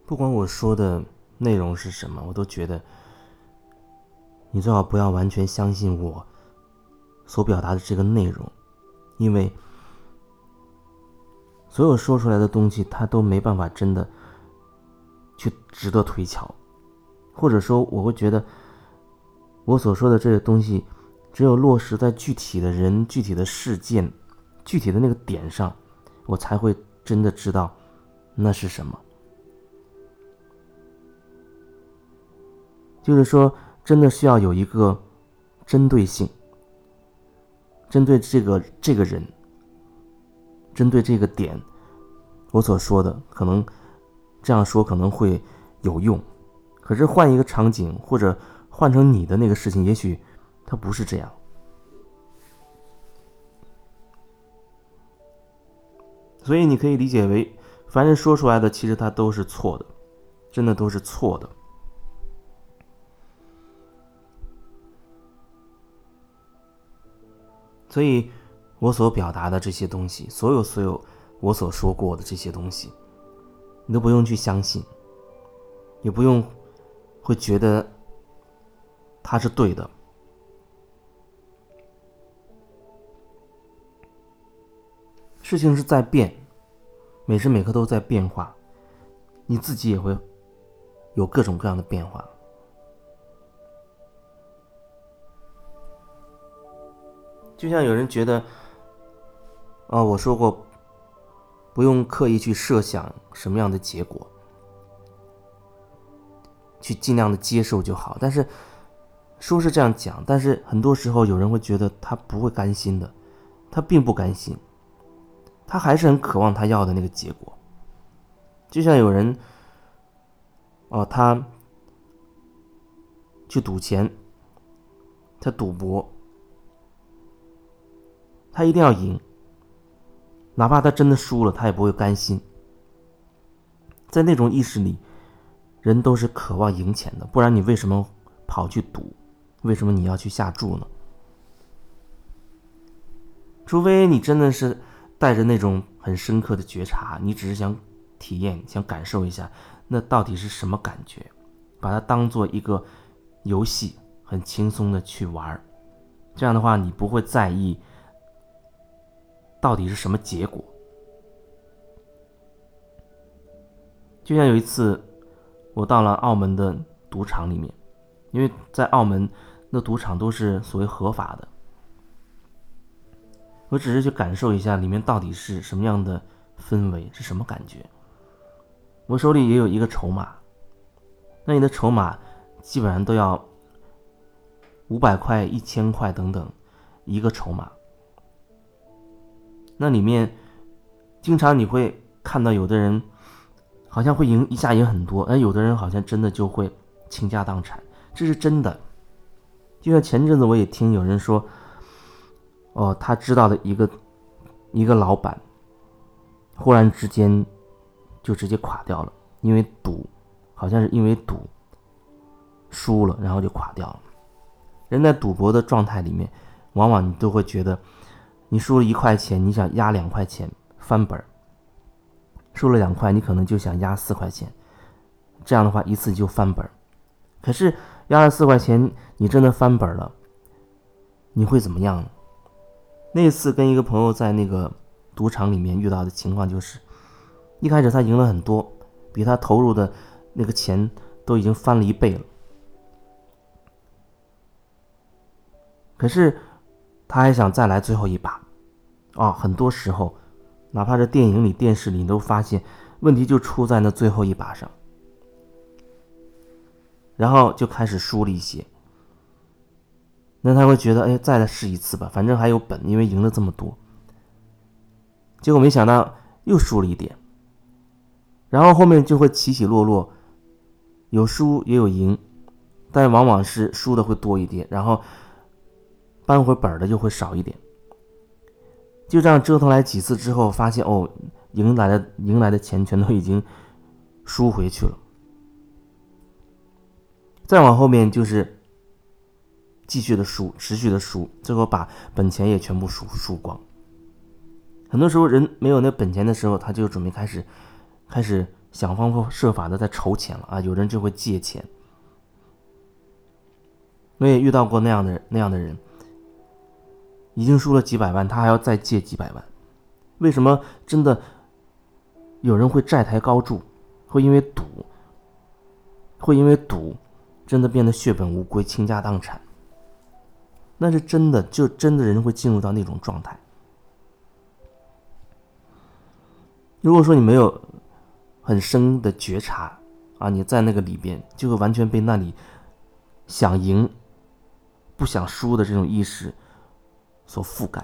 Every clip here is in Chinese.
不管我说的内容是什么，我都觉得你最好不要完全相信我所表达的这个内容，因为所有说出来的东西它都没办法真的去值得推敲，或者说我会觉得我所说的这些东西只有落实在具体的人、具体的事件、具体的那个点上，我才会真的知道那是什么。就是说真的需要有一个针对性，针对这个人，针对这个点，我所说的可能这样说可能会有用，可是换一个场景或者换成你的那个事情，也许它不是这样。所以你可以理解为凡是说出来的其实它都是错的，真的都是错的。所以我所表达的这些东西，所有我所说过的这些东西，你都不用去相信，也不用会觉得它是对的。事情是在变，每时每刻都在变化，你自己也会有各种各样的变化。就像有人觉得我说过不用刻意去设想什么样的结果，去尽量的接受就好，但是说是这样讲，但是很多时候有人会觉得他不会甘心的，他并不甘心，他还是很渴望他要的那个结果。就像有人他去赌钱，他赌博，他一定要赢，哪怕他真的输了，他也不会甘心。在那种意识里，人都是渴望赢钱的，不然你为什么跑去赌？为什么你要去下注呢？除非你真的是带着那种很深刻的觉察，你只是想体验、想感受一下，那到底是什么感觉？把它当做一个游戏，很轻松的去玩。这样的话，你不会在意到底是什么结果。就像有一次我到了澳门的赌场里面，因为在澳门那赌场都是所谓合法的，我只是去感受一下里面到底是什么样的氛围，是什么感觉。我手里也有一个筹码，那你的筹码基本上都要500块、1000块等等一个筹码。那里面经常你会看到有的人好像会一下赢很多，有的人好像真的就会倾家荡产，这是真的。就像前阵子我也听有人说，他知道的一个老板忽然之间就直接垮掉了，因为赌，好像是因为赌输了，然后就垮掉了。人在赌博的状态里面，往往你都会觉得你输了1块钱，你想压2块钱翻本，输了2块，你可能就想压4块钱，这样的话一次就翻本。可是压了4块钱，你真的翻本了，你会怎么样呢？那次跟一个朋友在那个赌场里面遇到的情况就是，一开始他赢了很多，比他投入的那个钱都已经翻了1倍了，可是他还想再来最后一把。很多时候哪怕是电影里、电视里，你都发现问题就出在那最后一把上，然后就开始输了一些。那他会觉得再来试一次吧，反正还有本，因为赢了这么多。结果没想到又输了一点，然后后面就会起起落落，有输也有赢，但往往是输的会多一点，然后扳回本的就会少一点。就这样折腾来几次之后，发现赢来的钱全都已经输回去了。再往后面就是继续的输，持续的输，最后把本钱也全部输光。很多时候人没有那本钱的时候，他就准备开始想方设法的在筹钱了啊，有人就会借钱。我也遇到过那样的人，已经输了几百万，他还要再借几百万。为什么真的有人会债台高筑，会因为赌真的变得血本无归，倾家荡产？那是真的，就真的人会进入到那种状态。如果说你没有很深的觉察啊，你在那个里边就会完全被那里想赢不想输的这种意识所覆盖。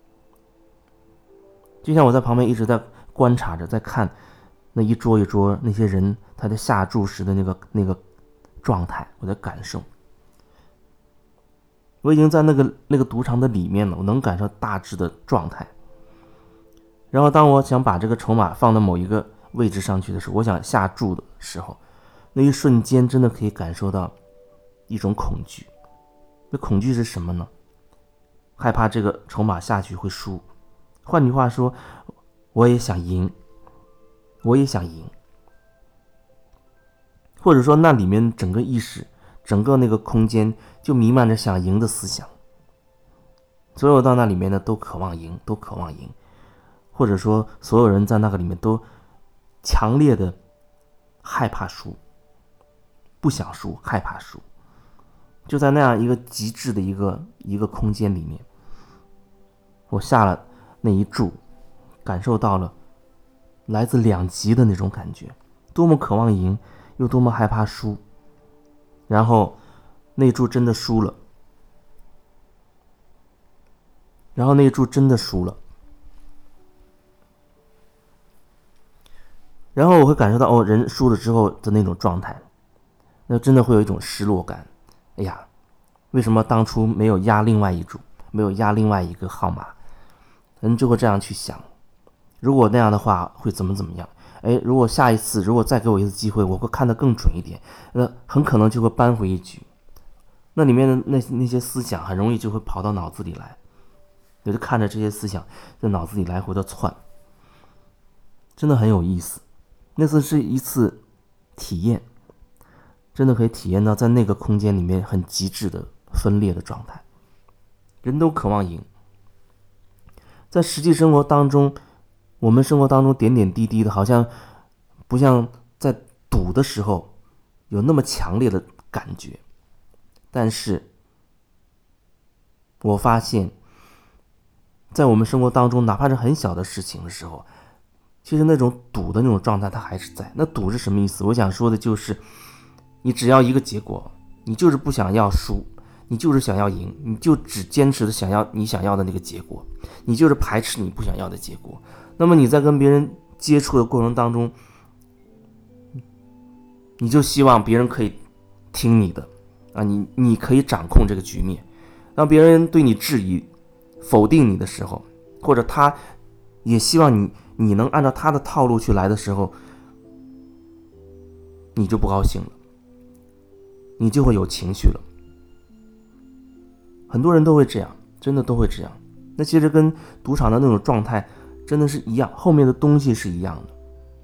就像我在旁边一直在观察着，在看那一桌一桌那些人他在下注时的那个状态，我的感受。我已经在那个赌场的里面了，我能感受大致的状态。然后当我想把这个筹码放到某一个位置上去的时候，我想下注的时候，那一瞬间真的可以感受到一种恐惧。那恐惧是什么呢？害怕这个筹码下去会输。换句话说，我也想赢，或者说那里面整个意识，整个那个空间就弥漫着想赢的思想。所有到那里面的都渴望赢，或者说所有人在那个里面都强烈的害怕输，不想输，害怕输。就在那样一个极致的一个空间里面，我下了那一注，感受到了来自两极的那种感觉，多么渴望赢，又多么害怕输。然后那一注真的输了，然后我会感受到人输了之后的那种状态，那真的会有一种失落感。哎呀，为什么当初没有压另外一注，没有压另外一个号码？人就会这样去想，如果那样的话会怎么样？如果下一次如果再给我一次机会，我会看得更准一点，那很可能就会扳回一局。那里面的那些思想很容易就会跑到脑子里来，我就看着这些思想在脑子里来回的窜，真的很有意思。那次是一次体验，真的可以体验到在那个空间里面很极致的分裂的状态。人都渴望赢，在实际生活当中，我们生活当中点点滴滴的，好像不像在赌的时候有那么强烈的感觉。但是我发现在我们生活当中，哪怕是很小的事情的时候，其实那种赌的那种状态它还是在。那赌是什么意思？我想说的就是你只要一个结果，你就是不想要输，你就是想要赢，你就只坚持的想要你想要的那个结果，你就是排斥你不想要的结果。那么你在跟别人接触的过程当中，你就希望别人可以听你的啊，你可以掌控这个局面。当别人对你质疑否定你的时候，或者他也希望你能按照他的套路去来的时候，你就不高兴了，你就会有情绪了。很多人都会这样，真的都会这样。那其实跟赌场的那种状态真的是一样，后面的东西是一样的，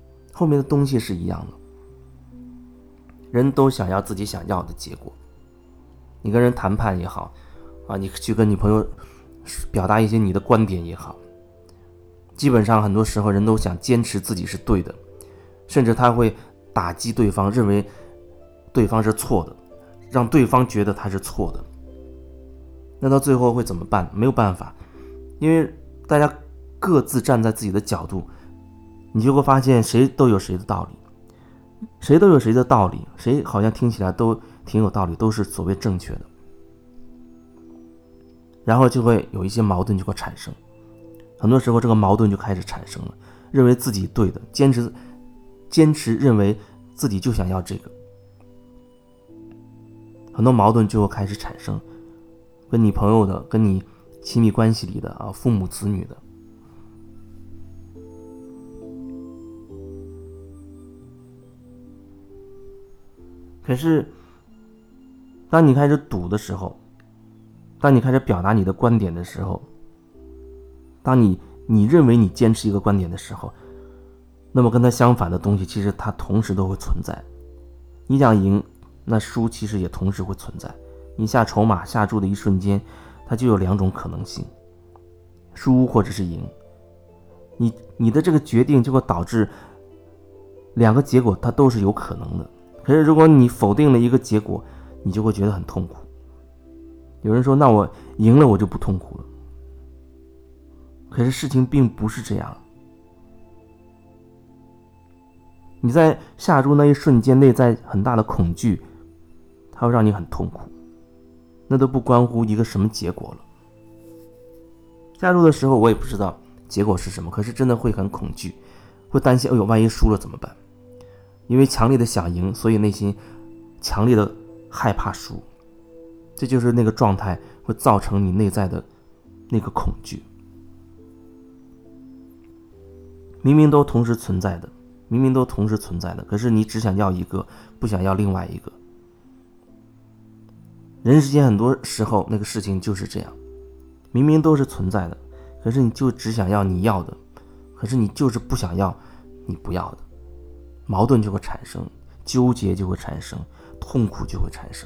人都想要自己想要的结果。你跟人谈判也好啊，你去跟你朋友表达一些你的观点也好，基本上很多时候人都想坚持自己是对的，甚至他会打击对方，认为对方是错的，让对方觉得他是错的。那到最后会怎么办？没有办法，因为大家各自站在自己的角度，你就会发现谁都有谁的道理，谁好像听起来都挺有道理，都是所谓正确的。然后就会有一些矛盾就会产生，很多时候这个矛盾就开始产生了，认为自己对的，坚持认为自己就想要这个，很多矛盾就会开始产生，跟你朋友的，跟你亲密关系里的啊，父母子女的。可是当你开始赌的时候，当你开始表达你的观点的时候，当你认为你坚持一个观点的时候， 那么跟它相反的东西，其实它同时都会存在。你想赢，那输其实也同时会存在。你下筹码下注的一瞬间，它就有两种可能性，输或者是赢。你的这个决定就会导致两个结果它都是有可能的。可是如果你否定了一个结果，你就会觉得很痛苦。有人说，那我赢了我就不痛苦了。可是事情并不是这样。你在下注那一瞬间内在很大的恐惧，它会让你很痛苦，那都不关乎一个什么结果了。下注的时候我也不知道结果是什么，可是真的会很恐惧，会担心，万一输了怎么办？因为强烈的想赢，所以内心强烈的害怕输，这就是那个状态会造成你内在的那个恐惧。明明都同时存在的，可是你只想要一个，不想要另外一个。人世间很多时候那个事情就是这样，明明都是存在的，可是你就只想要你要的，可是你就是不想要你不要的，矛盾就会产生，纠结就会产生，痛苦就会产生。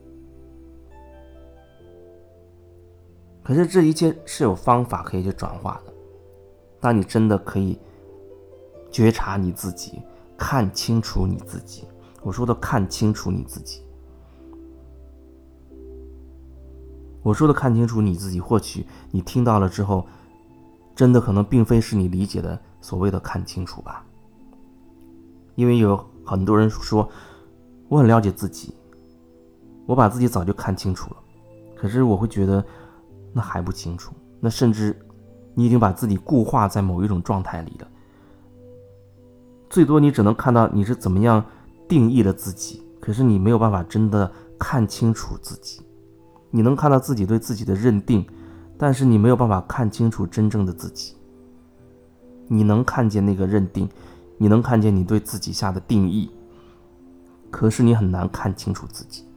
可是这一切是有方法可以去转化的。当你真的可以觉察你自己，看清楚你自己，我说的看清楚你自己，或许你听到了之后，真的可能并非是你理解的所谓的看清楚吧。因为有很多人说，我很了解自己，我把自己早就看清楚了，可是我会觉得那还不清楚，那甚至你已经把自己固化在某一种状态里了。最多你只能看到你是怎么样定义了自己，可是你没有办法真的看清楚自己。你能看到自己对自己的认定，但是你没有办法看清楚真正的自己。你能看见那个认定，你能看见你对自己下的定义，可是你很难看清楚自己。